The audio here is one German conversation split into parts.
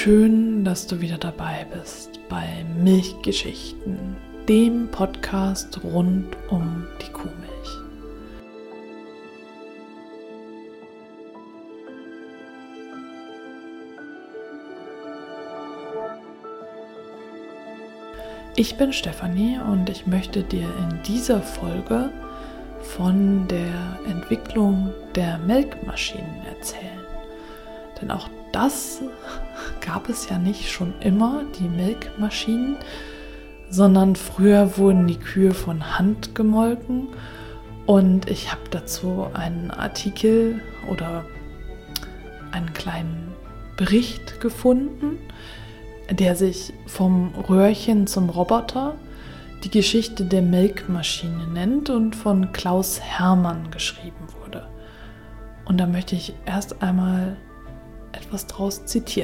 schön, dass du wieder dabei bist bei Milchgeschichten, dem Podcast rund um die Kuhmilch. Ich bin Stefanie und ich möchte dir in dieser Folge von der Entwicklung der Melkmaschinen erzählen. Denn auch das gab es ja nicht schon immer, die Melkmaschinen, sondern früher wurden die Kühe von Hand gemolken und ich habe dazu einen Artikel oder einen kleinen Bericht gefunden, der sich vom Röhrchen zum Roboter die Geschichte der Melkmaschine nennt und von Klaus Hermann geschrieben wurde. Und da möchte ich erst einmal etwas draus zitieren.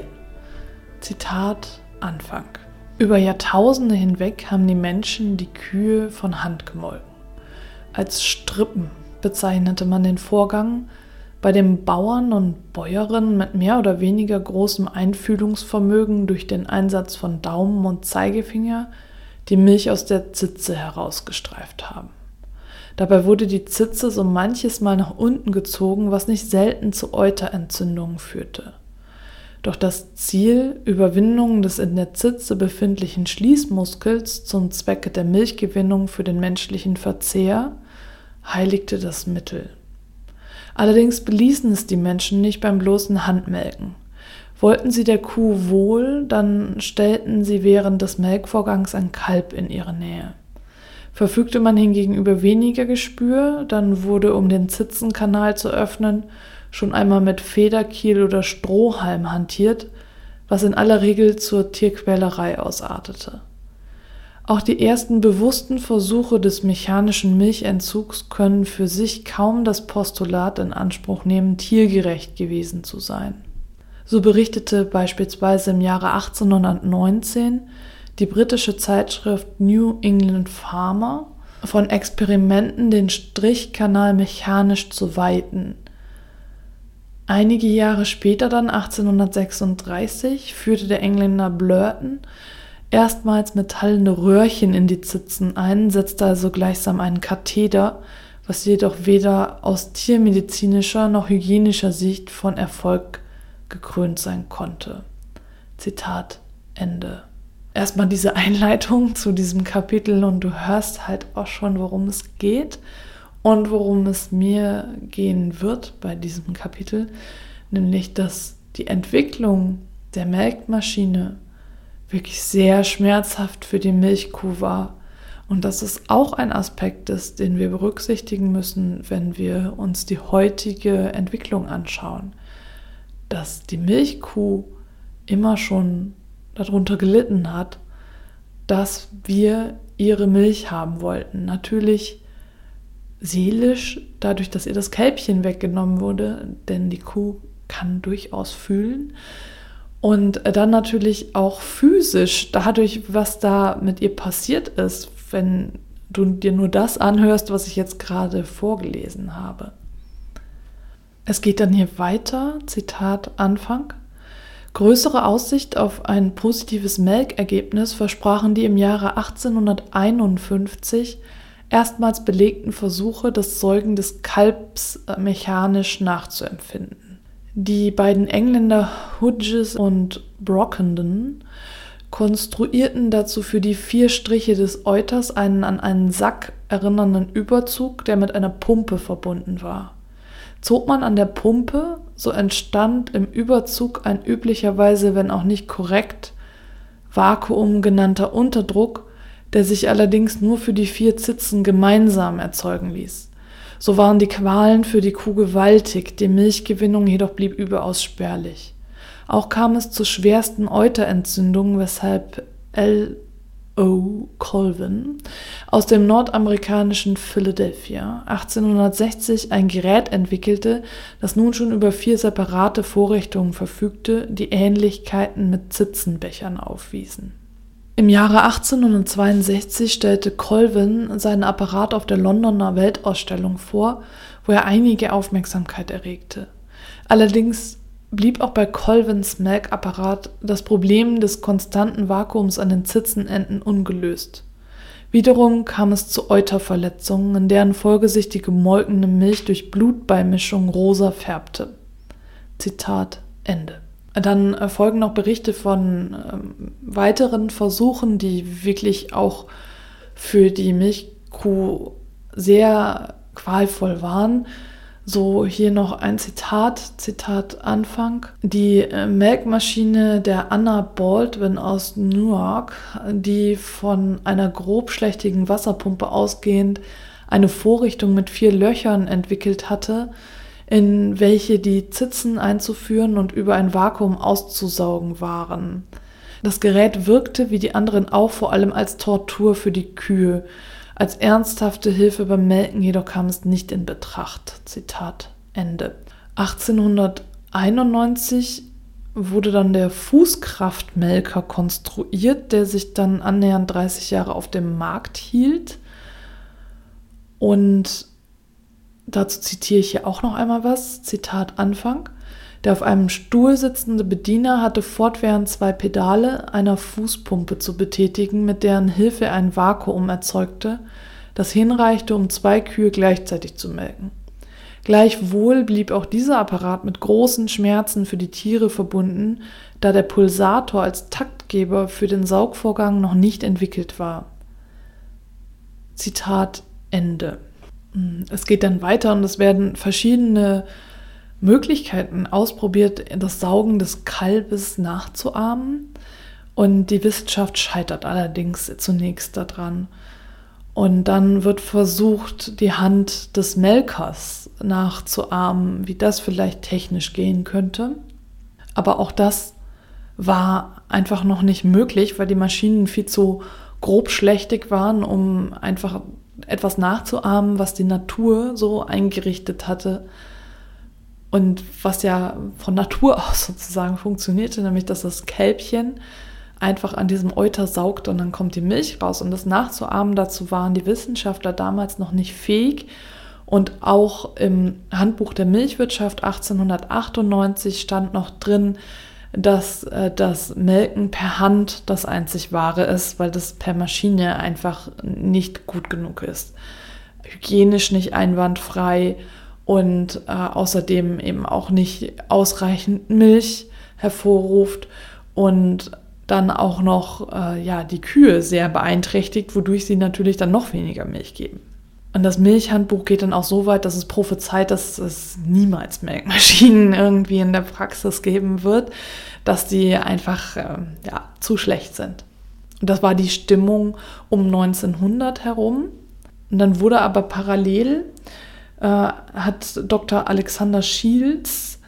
Zitat Anfang. Über Jahrtausende hinweg haben die Menschen die Kühe von Hand gemolken. Als Strippen bezeichnete man den Vorgang, bei dem Bauern und Bäuerinnen mit mehr oder weniger großem Einfühlungsvermögen durch den Einsatz von Daumen und Zeigefinger die Milch aus der Zitze herausgestreift haben. Dabei wurde die Zitze so manches Mal nach unten gezogen, was nicht selten zu Euterentzündungen führte. Doch das Ziel, Überwindung des in der Zitze befindlichen Schließmuskels zum Zwecke der Milchgewinnung für den menschlichen Verzehr, heiligte das Mittel. Allerdings beließen es die Menschen nicht beim bloßen Handmelken. Wollten sie der Kuh wohl, dann stellten sie während des Melkvorgangs ein Kalb in ihre Nähe. Verfügte man hingegen über weniger Gespür, dann wurde, um den Zitzenkanal zu öffnen, schon einmal mit Federkiel oder Strohhalm hantiert, was in aller Regel zur Tierquälerei ausartete. Auch die ersten bewussten Versuche des mechanischen Milchentzugs können für sich kaum das Postulat in Anspruch nehmen, tiergerecht gewesen zu sein. So berichtete beispielsweise im Jahre 1819 die britische Zeitschrift New England Farmer von Experimenten, den Strichkanal mechanisch zu weiten. Einige Jahre später, dann 1836, führte der Engländer Blurton erstmals metallene Röhrchen in die Zitzen ein, setzte also gleichsam einen Katheter, was jedoch weder aus tiermedizinischer noch hygienischer Sicht von Erfolg gekrönt sein konnte. Zitat Ende. Erstmal diese Einleitung zu diesem Kapitel und du hörst halt auch schon, worum es geht und worum es mir gehen wird bei diesem Kapitel, nämlich dass die Entwicklung der Melkmaschine wirklich sehr schmerzhaft für die Milchkuh war und dass es auch ein Aspekt ist, den wir berücksichtigen müssen, wenn wir uns die heutige Entwicklung anschauen, dass die Milchkuh immer schon darunter gelitten hat, dass wir ihre Milch haben wollten. Natürlich seelisch, dadurch, dass ihr das Kälbchen weggenommen wurde, denn die Kuh kann durchaus fühlen. Und dann natürlich auch physisch, dadurch, was da mit ihr passiert ist, wenn du dir nur das anhörst, was ich jetzt gerade vorgelesen habe. Es geht dann hier weiter, Zitat Anfang. Größere Aussicht auf ein positives Melkergebnis versprachen die im Jahre 1851 erstmals belegten Versuche, das Säugen des Kalbs mechanisch nachzuempfinden. Die beiden Engländer Hodges und Brockenden konstruierten dazu für die 4 Striche des Euters einen an einen Sack erinnernden Überzug, der mit einer Pumpe verbunden war. Zog man an der Pumpe, so entstand im Überzug ein üblicherweise, wenn auch nicht korrekt, Vakuum genannter Unterdruck, der sich allerdings nur für die 4 Zitzen gemeinsam erzeugen ließ. So waren die Qualen für die Kuh gewaltig, die Milchgewinnung jedoch blieb überaus spärlich. Auch kam es zu schwersten Euterentzündungen, weshalb L.O. Colvin aus dem nordamerikanischen Philadelphia 1860 ein Gerät entwickelte, das nun schon über 4 separate Vorrichtungen verfügte, die Ähnlichkeiten mit Zitzenbechern aufwiesen. Im Jahre 1862 stellte Colvin seinen Apparat auf der Londoner Weltausstellung vor, wo er einige Aufmerksamkeit erregte. Allerdings blieb auch bei Colvins Melkapparat das Problem des konstanten Vakuums an den Zitzenenden ungelöst. Wiederum kam es zu Euterverletzungen, in deren Folge sich die gemolkene Milch durch Blutbeimischung rosa färbte. Zitat Ende. Dann folgen noch Berichte von weiteren Versuchen, die wirklich auch für die Milchkuh sehr qualvoll waren. So hier noch ein Zitat Anfang. Die Melkmaschine der Anna Baldwin aus Newark, die von einer grobschlächtigen Wasserpumpe ausgehend eine Vorrichtung mit 4 Löchern entwickelt hatte, in welche die Zitzen einzuführen und über ein Vakuum auszusaugen waren. Das Gerät wirkte wie die anderen auch vor allem als Tortur für die Kühe. Als ernsthafte Hilfe beim Melken jedoch kam es nicht in Betracht. Zitat Ende. 1891 wurde dann der Fußkraftmelker konstruiert, der sich dann annähernd 30 Jahre auf dem Markt hielt. Und dazu zitiere ich hier auch noch einmal was. Zitat Anfang. Der auf einem Stuhl sitzende Bediener hatte fortwährend 2 Pedale einer Fußpumpe zu betätigen, mit deren Hilfe er ein Vakuum erzeugte, das hinreichte, um 2 Kühe gleichzeitig zu melken. Gleichwohl blieb auch dieser Apparat mit großen Schmerzen für die Tiere verbunden, da der Pulsator als Taktgeber für den Saugvorgang noch nicht entwickelt war. Zitat Ende. Es geht dann weiter und es werden verschiedene Möglichkeiten ausprobiert, das Saugen des Kalbes nachzuahmen. Und die Wissenschaft scheitert allerdings zunächst daran. Und dann wird versucht, die Hand des Melkers nachzuahmen, wie das vielleicht technisch gehen könnte. Aber auch das war einfach noch nicht möglich, weil die Maschinen viel zu grobschlächtig waren, um einfach etwas nachzuahmen, was die Natur so eingerichtet hatte. Und was ja von Natur aus sozusagen funktionierte, nämlich dass das Kälbchen einfach an diesem Euter saugt und dann kommt die Milch raus. Und das nachzuahmen, dazu waren die Wissenschaftler damals noch nicht fähig. Und auch im Handbuch der Milchwirtschaft 1898 stand noch drin, dass das Melken per Hand das einzig Wahre ist, weil das per Maschine einfach nicht gut genug ist. Hygienisch nicht einwandfrei. Und außerdem eben auch nicht ausreichend Milch hervorruft und dann auch noch die Kühe sehr beeinträchtigt, wodurch sie natürlich dann noch weniger Milch geben. Und das Milchhandbuch geht dann auch so weit, dass es prophezeit, dass es niemals Melkmaschinen irgendwie in der Praxis geben wird, dass die einfach zu schlecht sind. Und das war die Stimmung um 1900 herum. Und dann wurde aber parallel hat Dr. Alexander Shields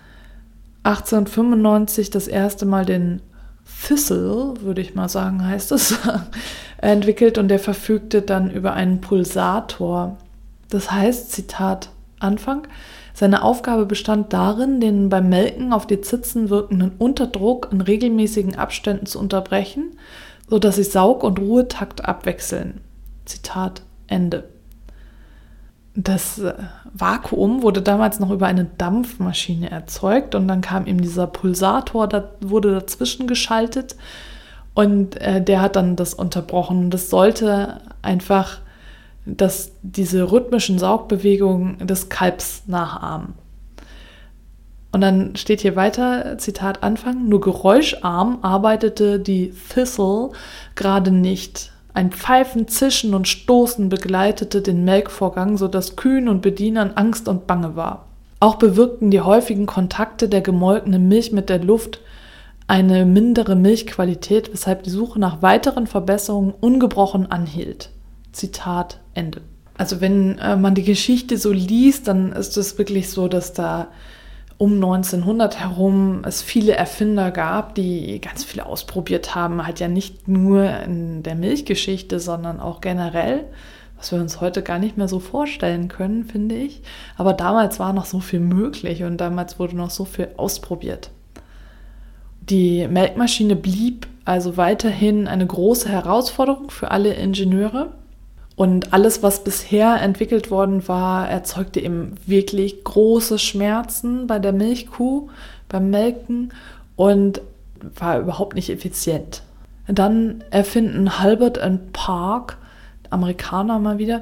1895 das erste Mal den Thistle, würde ich mal sagen, heißt es, entwickelt und der verfügte dann über einen Pulsator. Das heißt, Zitat Anfang, seine Aufgabe bestand darin, den beim Melken auf die Zitzen wirkenden Unterdruck in regelmäßigen Abständen zu unterbrechen, sodass sich Saug- und Ruhetakt abwechseln. Zitat Ende. Das Vakuum wurde damals noch über eine Dampfmaschine erzeugt und dann kam eben dieser Pulsator, da wurde dazwischen geschaltet und der hat dann das unterbrochen. Das sollte einfach diese rhythmischen Saugbewegungen des Kalbs nachahmen. Und dann steht hier weiter, Zitat Anfang, nur geräuscharm arbeitete die Thistle gerade nicht. Ein Pfeifen, Zischen und Stoßen begleitete den Melkvorgang, sodass Kühen und Bedienern Angst und Bange war. Auch bewirkten die häufigen Kontakte der gemolkenen Milch mit der Luft eine mindere Milchqualität, weshalb die Suche nach weiteren Verbesserungen ungebrochen anhielt. Zitat Ende. Also wenn man die Geschichte so liest, dann ist es wirklich so, dass da um 1900 herum es viele Erfinder gab, die ganz viel ausprobiert haben, halt ja nicht nur in der Milchgeschichte, sondern auch generell, was wir uns heute gar nicht mehr so vorstellen können, finde ich. Aber damals war noch so viel möglich und damals wurde noch so viel ausprobiert. Die Melkmaschine blieb also weiterhin eine große Herausforderung für alle Ingenieure. Und alles, was bisher entwickelt worden war, erzeugte eben wirklich große Schmerzen bei der Milchkuh, beim Melken und war überhaupt nicht effizient. Dann erfinden Halbert und Park, Amerikaner mal wieder,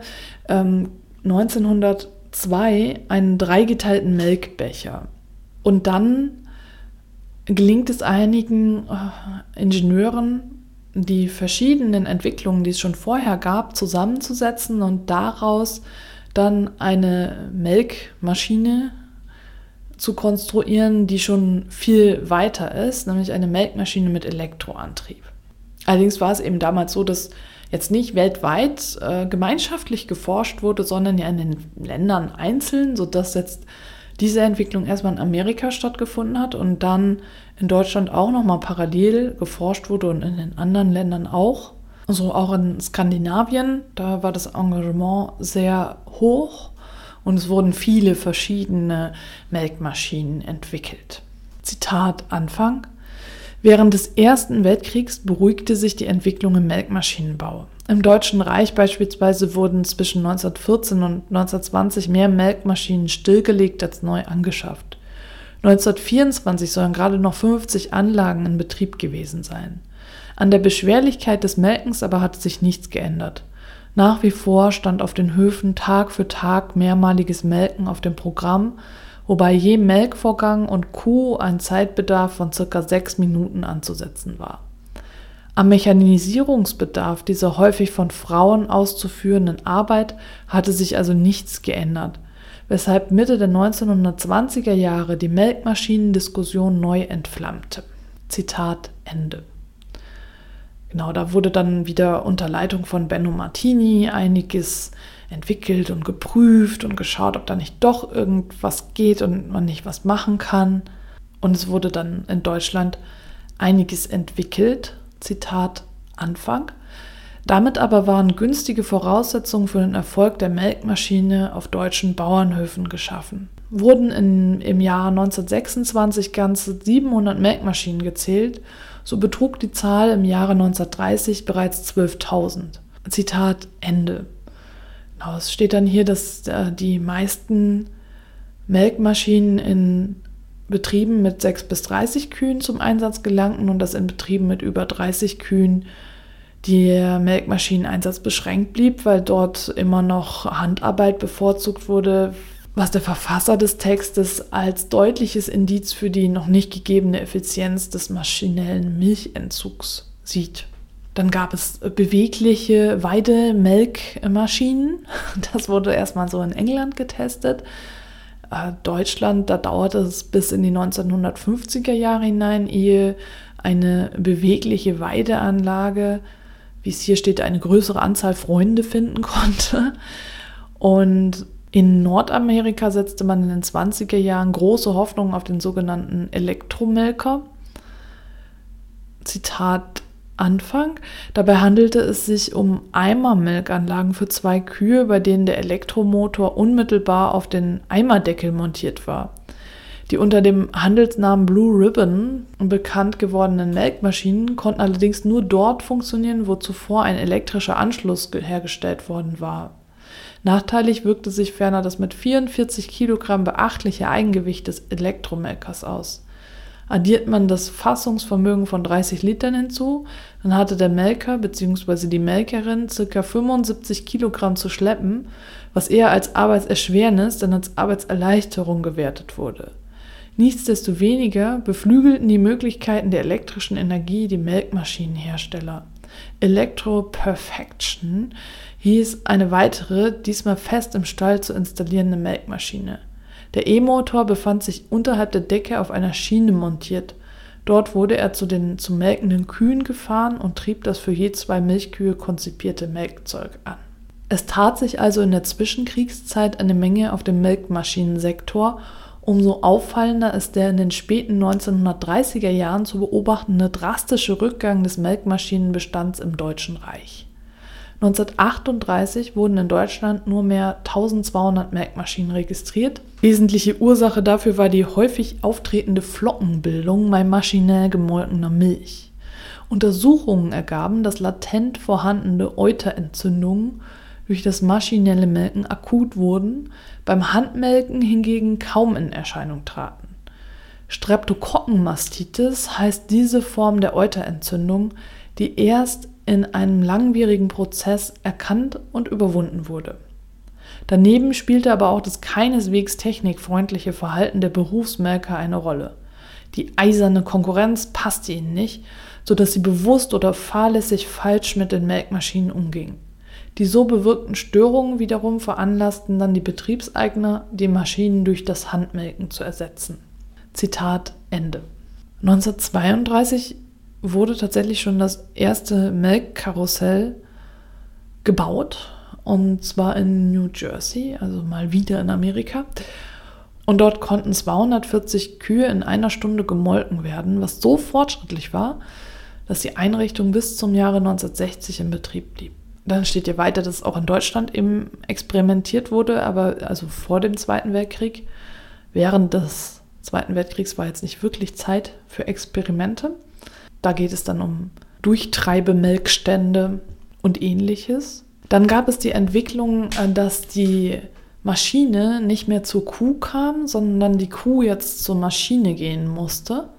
1902 einen dreigeteilten Melkbecher. Und dann gelingt es einigen Ingenieuren, die verschiedenen Entwicklungen, die es schon vorher gab, zusammenzusetzen und daraus dann eine Melkmaschine zu konstruieren, die schon viel weiter ist, nämlich eine Melkmaschine mit Elektroantrieb. Allerdings war es eben damals so, dass jetzt nicht weltweit gemeinschaftlich geforscht wurde, sondern ja in den Ländern einzeln, sodass jetzt diese Entwicklung erstmal in Amerika stattgefunden hat und dann in Deutschland auch nochmal parallel geforscht wurde und in den anderen Ländern auch. Also auch in Skandinavien, da war das Engagement sehr hoch und es wurden viele verschiedene Melkmaschinen entwickelt. Zitat Anfang: Während des Ersten Weltkriegs beruhigte sich die Entwicklung im Melkmaschinenbau. Im Deutschen Reich beispielsweise wurden zwischen 1914 und 1920 mehr Melkmaschinen stillgelegt als neu angeschafft. 1924 sollen gerade noch 50 Anlagen in Betrieb gewesen sein. An der Beschwerlichkeit des Melkens aber hatte sich nichts geändert. Nach wie vor stand auf den Höfen Tag für Tag mehrmaliges Melken auf dem Programm, wobei je Melkvorgang und Kuh ein Zeitbedarf von ca. 6 Minuten anzusetzen war. Am Mechanisierungsbedarf dieser häufig von Frauen auszuführenden Arbeit hatte sich also nichts geändert, weshalb Mitte der 1920er Jahre die Melkmaschinendiskussion neu entflammte. Zitat Ende. Genau, da wurde dann wieder unter Leitung von Benno Martini einiges entwickelt und geprüft und geschaut, ob da nicht doch irgendwas geht und man nicht was machen kann. Und es wurde dann in Deutschland einiges entwickelt, Zitat Anfang. Damit aber waren günstige Voraussetzungen für den Erfolg der Melkmaschine auf deutschen Bauernhöfen geschaffen. Wurden im Jahr 1926 ganze 700 Melkmaschinen gezählt, so betrug die Zahl im Jahre 1930 bereits 12.000. Zitat Ende. Genau, es steht dann hier, dass die meisten Melkmaschinen in Betrieben mit 6 bis 30 Kühen zum Einsatz gelangten und dass in Betrieben mit über 30 Kühen der Melkmaschineneinsatz beschränkt blieb, weil dort immer noch Handarbeit bevorzugt wurde, was der Verfasser des Textes als deutliches Indiz für die noch nicht gegebene Effizienz des maschinellen Milchentzugs sieht. Dann gab es bewegliche Weidemelkmaschinen. Das wurde erstmal so in England getestet. Deutschland, da dauerte es bis in die 1950er Jahre hinein, ehe eine bewegliche Weideanlage, wie es hier steht, eine größere Anzahl Freunde finden konnte. Und in Nordamerika setzte man in den 20er Jahren große Hoffnungen auf den sogenannten Elektromelker. Zitat Anfang. Dabei handelte es sich um Eimermelkanlagen für 2 Kühe, bei denen der Elektromotor unmittelbar auf den Eimerdeckel montiert war. Die unter dem Handelsnamen Blue Ribbon bekannt gewordenen Melkmaschinen konnten allerdings nur dort funktionieren, wo zuvor ein elektrischer Anschluss hergestellt worden war. Nachteilig wirkte sich ferner das mit 44 Kilogramm beachtliche Eigengewicht des Elektromelkers aus. Addiert man das Fassungsvermögen von 30 Litern hinzu, dann hatte der Melker bzw. die Melkerin ca. 75 Kilogramm zu schleppen, was eher als Arbeitserschwernis denn als Arbeitserleichterung gewertet wurde. Nichtsdestoweniger beflügelten die Möglichkeiten der elektrischen Energie die Melkmaschinenhersteller. Electro Perfection hieß eine weitere, diesmal fest im Stall zu installierende Melkmaschine. Der E-Motor befand sich unterhalb der Decke auf einer Schiene montiert. Dort wurde er zu den zu melkenden Kühen gefahren und trieb das für je 2 Milchkühe konzipierte Melkzeug an. Es tat sich also in der Zwischenkriegszeit eine Menge auf dem Melkmaschinensektor. Umso auffallender ist der in den späten 1930er Jahren zu beobachtende drastische Rückgang des Melkmaschinenbestands im Deutschen Reich. 1938 wurden in Deutschland nur mehr 1200 Melkmaschinen registriert. Wesentliche Ursache dafür war die häufig auftretende Flockenbildung bei maschinell gemolkener Milch. Untersuchungen ergaben, dass latent vorhandene Euterentzündungen durch das maschinelle Melken akut wurden, beim Handmelken hingegen kaum in Erscheinung traten. Streptokokkenmastitis heißt diese Form der Euterentzündung, die erst in einem langwierigen Prozess erkannt und überwunden wurde. Daneben spielte aber auch das keineswegs technikfreundliche Verhalten der Berufsmelker eine Rolle. Die eiserne Konkurrenz passte ihnen nicht, sodass sie bewusst oder fahrlässig falsch mit den Melkmaschinen umgingen. Die so bewirkten Störungen wiederum veranlassten dann die Betriebseigner, die Maschinen durch das Handmelken zu ersetzen. Zitat Ende. 1932 wurde tatsächlich schon das erste Melkkarussell gebaut, und zwar in New Jersey, also mal wieder in Amerika. Und dort konnten 240 Kühe in einer Stunde gemolken werden, was so fortschrittlich war, dass die Einrichtung bis zum Jahre 1960 in Betrieb blieb. Dann steht hier weiter, dass auch in Deutschland eben experimentiert wurde, aber also vor dem Zweiten Weltkrieg. Während des Zweiten Weltkriegs war jetzt nicht wirklich Zeit für Experimente. Da geht es dann um Durchtreibemelkstände und Ähnliches. Dann gab es die Entwicklung, dass die Maschine nicht mehr zur Kuh kam, sondern die Kuh jetzt zur Maschine gehen musste.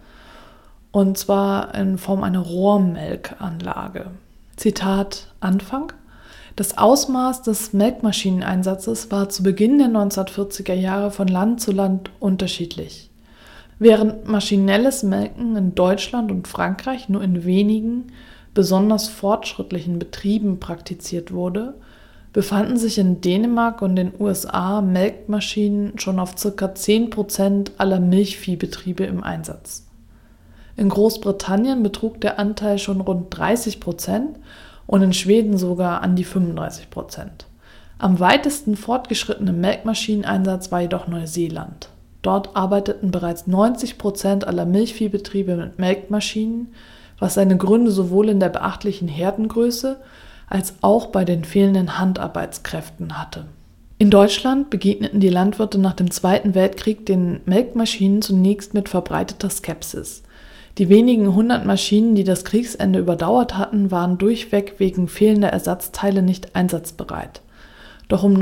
Und zwar in Form einer Rohrmelkanlage. Zitat Anfang. Das Ausmaß des Melkmaschineneinsatzes war zu Beginn der 1940er Jahre von Land zu Land unterschiedlich. Während maschinelles Melken in Deutschland und Frankreich nur in wenigen, besonders fortschrittlichen Betrieben praktiziert wurde, befanden sich in Dänemark und den USA Melkmaschinen schon auf ca. 10% aller Milchviehbetriebe im Einsatz. In Großbritannien betrug der Anteil schon rund 30% und in Schweden sogar an die 35%. Am weitesten fortgeschrittenen Melkmaschineneinsatz war jedoch Neuseeland. Dort arbeiteten bereits 90% aller Milchviehbetriebe mit Melkmaschinen, was seine Gründe sowohl in der beachtlichen Herdengröße als auch bei den fehlenden Handarbeitskräften hatte. In Deutschland begegneten die Landwirte nach dem Zweiten Weltkrieg den Melkmaschinen zunächst mit verbreiteter Skepsis. Die wenigen 100 Maschinen, die das Kriegsende überdauert hatten, waren durchweg wegen fehlender Ersatzteile nicht einsatzbereit. Doch um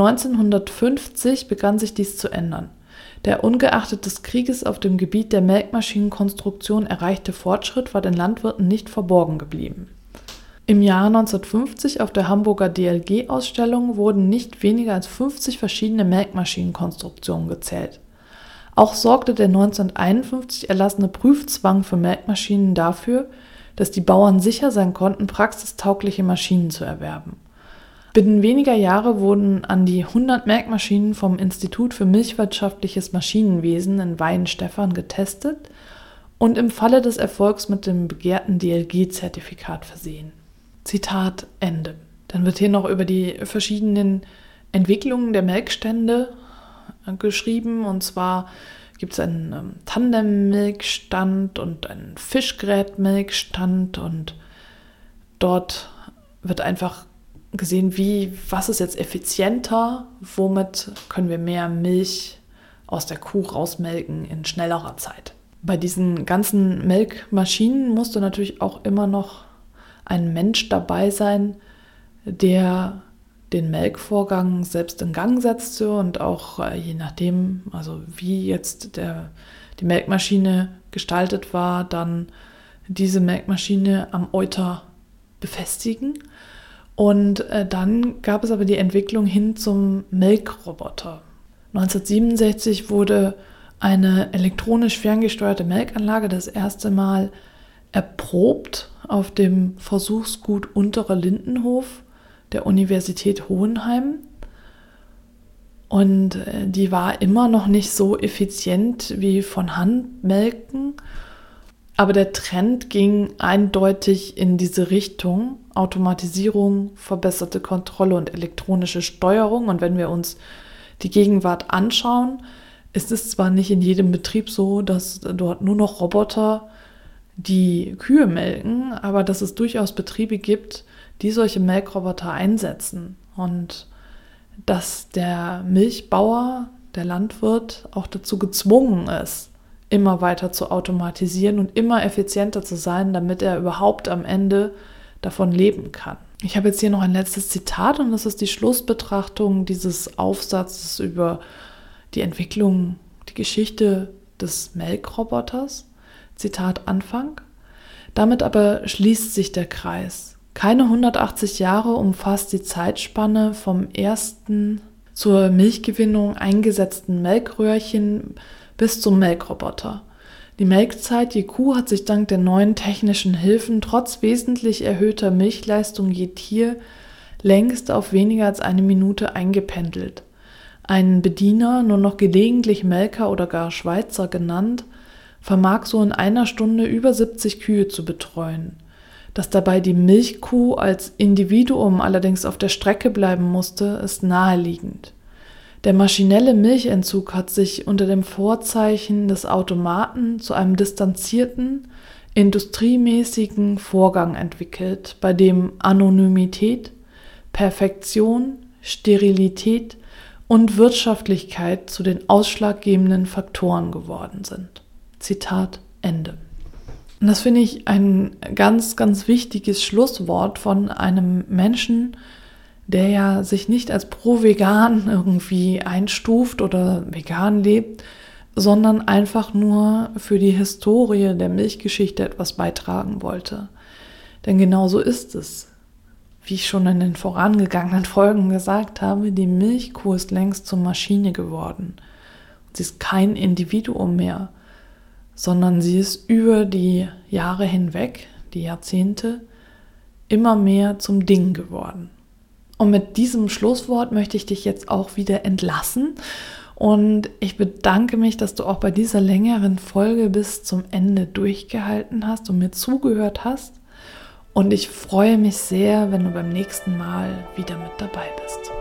1950 begann sich dies zu ändern. Der ungeachtet des Krieges auf dem Gebiet der Melkmaschinenkonstruktion erreichte Fortschritt war den Landwirten nicht verborgen geblieben. Im Jahr 1950 auf der Hamburger DLG-Ausstellung wurden nicht weniger als 50 verschiedene Melkmaschinenkonstruktionen gezählt. Auch sorgte der 1951 erlassene Prüfzwang für Melkmaschinen dafür, dass die Bauern sicher sein konnten, praxistaugliche Maschinen zu erwerben. Binnen weniger Jahre wurden an die 100 Melkmaschinen vom Institut für Milchwirtschaftliches Maschinenwesen in Weihenstephan getestet und im Falle des Erfolgs mit dem begehrten DLG-Zertifikat versehen. Zitat Ende. Dann wird hier noch über die verschiedenen Entwicklungen der Melkstände geschrieben, und zwar gibt es einen Tandem-Milkstand und einen Fischgrätmilkstand, und dort wird einfach gesehen, was ist jetzt effizienter, womit können wir mehr Milch aus der Kuh rausmelken in schnellerer Zeit. Bei diesen ganzen Melkmaschinen musste natürlich auch immer noch ein Mensch dabei sein, der den Melkvorgang selbst in Gang setzte und auch je nachdem, also wie jetzt die Melkmaschine gestaltet war, dann diese Melkmaschine am Euter befestigen. Und dann gab es aber die Entwicklung hin zum Melkroboter. 1967 wurde eine elektronisch ferngesteuerte Melkanlage das erste Mal erprobt auf dem Versuchsgut Unterer Lindenhof der Universität Hohenheim. Und die war immer noch nicht so effizient wie von Hand melken. Aber der Trend ging eindeutig in diese Richtung. Automatisierung, verbesserte Kontrolle und elektronische Steuerung. Und wenn wir uns die Gegenwart anschauen, ist es zwar nicht in jedem Betrieb so, dass dort nur noch Roboter die Kühe melken, aber dass es durchaus Betriebe gibt, die solche Melkroboter einsetzen. Und dass der Milchbauer, der Landwirt, auch dazu gezwungen ist, immer weiter zu automatisieren und immer effizienter zu sein, damit er überhaupt am Ende davon leben kann. Ich habe jetzt hier noch ein letztes Zitat, und das ist die Schlussbetrachtung dieses Aufsatzes über die Entwicklung, die Geschichte des Melkroboters. Zitat Anfang. Damit aber schließt sich der Kreis. Keine 180 Jahre umfasst die Zeitspanne vom ersten zur Milchgewinnung eingesetzten Melkröhrchen bis zum Melkroboter. Die Melkzeit je Kuh hat sich dank der neuen technischen Hilfen trotz wesentlich erhöhter Milchleistung je Tier längst auf weniger als 1 Minute eingependelt. Ein Bediener, nur noch gelegentlich Melker oder gar Schweizer genannt, vermag so in einer Stunde über 70 Kühe zu betreuen. Dass dabei die Milchkuh als Individuum allerdings auf der Strecke bleiben musste, ist naheliegend. Der maschinelle Milchentzug hat sich unter dem Vorzeichen des Automaten zu einem distanzierten, industriemäßigen Vorgang entwickelt, bei dem Anonymität, Perfektion, Sterilität und Wirtschaftlichkeit zu den ausschlaggebenden Faktoren geworden sind. Zitat Ende. Und das finde ich ein ganz, ganz wichtiges Schlusswort von einem Menschen, der ja sich nicht als pro-vegan irgendwie einstuft oder vegan lebt, sondern einfach nur für die Historie der Milchgeschichte etwas beitragen wollte. Denn genau so ist es. Wie ich schon in den vorangegangenen Folgen gesagt habe, die Milchkuh ist längst zur Maschine geworden. Und sie ist kein Individuum mehr, sondern sie ist über die Jahre hinweg, die Jahrzehnte, immer mehr zum Ding geworden. Und mit diesem Schlusswort möchte ich dich jetzt auch wieder entlassen. Und ich bedanke mich, dass du auch bei dieser längeren Folge bis zum Ende durchgehalten hast und mir zugehört hast. Und ich freue mich sehr, wenn du beim nächsten Mal wieder mit dabei bist.